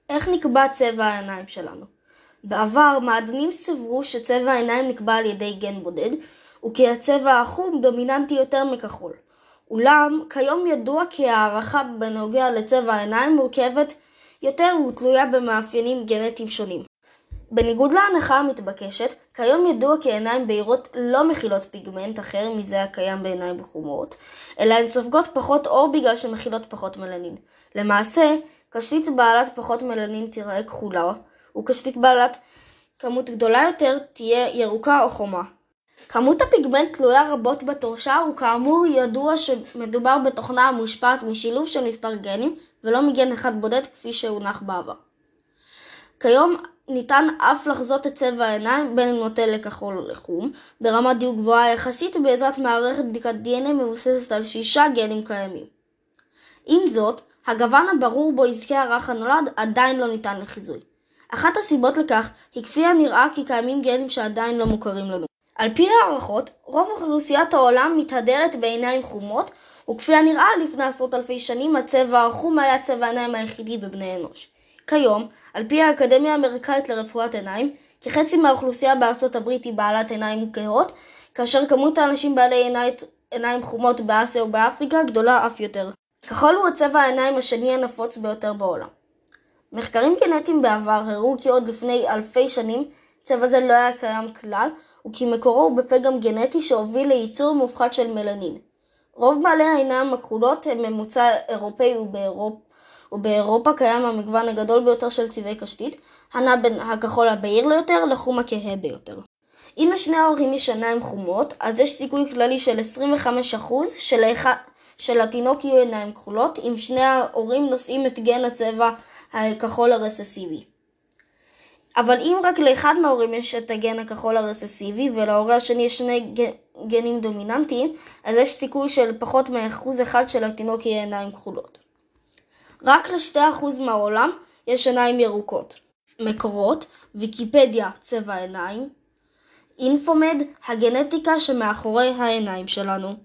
איך נקבע צבע העיניים שלנו? בעבר, מעדנים סברו שצבע העיניים נקבע על ידי גן בודד, וכי הצבע החום דומיננטי יותר מכחול. אולם, כיום ידוע כי הערכה בנוגע לצבע העיניים מורכבת יותר ותלויה במאפיינים גנטיים שונים. בניגוד להנחה המתבקשת, כיום ידוע כי עיניים בהירות לא מכילות פיגמנט אחר מזה הקיים בעיניים חומות, אלא הן סופגות פחות אור בגלל שמכילות פחות מלנין. למעשה, קשתית בעלת פחות מלנין תיראה כחולה, וקשתית בעלת כמות גדולה יותר תהיה ירוקה או חומה. כמות הפיגמנט תלויה רבות בתורשה, וכאמור ידוע שמדובר בתוכנה המושפעת משילוב של מספר גנים ולא מגן אחד בודד כפי שהונח בעבר. כיום ניתן אף לחזות את צבע העיניים בין אם נוטה לכחול או לחום, ברמת דיוק גבוהה יחסית בעזרת מערכת בדיקת DNA מבוססת על 6 גנים קיימים. עם זאת, הגוון הברור בו יזכה הרך הנולד עדיין לא ניתן לחיזוי. אחת הסיבות לכך היא כפי הנראה כי קיימים גנים שעדיין לא מוכרים לנו. על פי הערכות, רוב אוכלוסיית העולם מתהדרת בעיניים חומות, וכפי הנראה לפני עשרות אלפי שנים הצבע החום היה צבע העיניים היחידי בבני אנוש. כיום, על פי האקדמיה האמריקאית לרפואת עיניים, כחצי מהאוכלוסייה בארצות הברית היא בעלת עיניים כהות, כאשר כמות האנשים בעלי עיניים חומות באסיה ובאפריקה גדולה אף יותר. כחול הוא הצבע העיניים השני הנפוץ ביותר בעולם. מחקרים גנטיים בעבר הראו כי עוד לפני אלפי שנים צבע זה לא היה קיים כלל, וכי מקורו הוא בפגם גנטי שהוביל לייצור מופחת של מלנין. רוב בעלי העיניים הכחולות הם ממוצא אירופאי ובאירופה קיים המגוון הגדול ביותר של צבעי קשתית, הנע בין הכחול הבהיר ליותר לחום הכהה ביותר. אם לשני ההורים יש עיניים חומות, אז יש סיכוי כללי של 25% של התינוק יהיו עיניים כחולות, אם שני ההורים נושאים את גן הצבע הכחול הרססיבי. אבל אם רק לאחד מההורים יש את הגן הכחול הרססיבי ולהורה השני יש שני גנים דומיננטיים, אז יש סיכוי של פחות מ1% של התינוק יהיה עיניים כחולות. רק ל2% מהעולם יש עיניים ירוקות. מקורות, ויקיפדיה, צבע עיניים, אינפומד, הגנטיקה שמאחורי העיניים שלנו.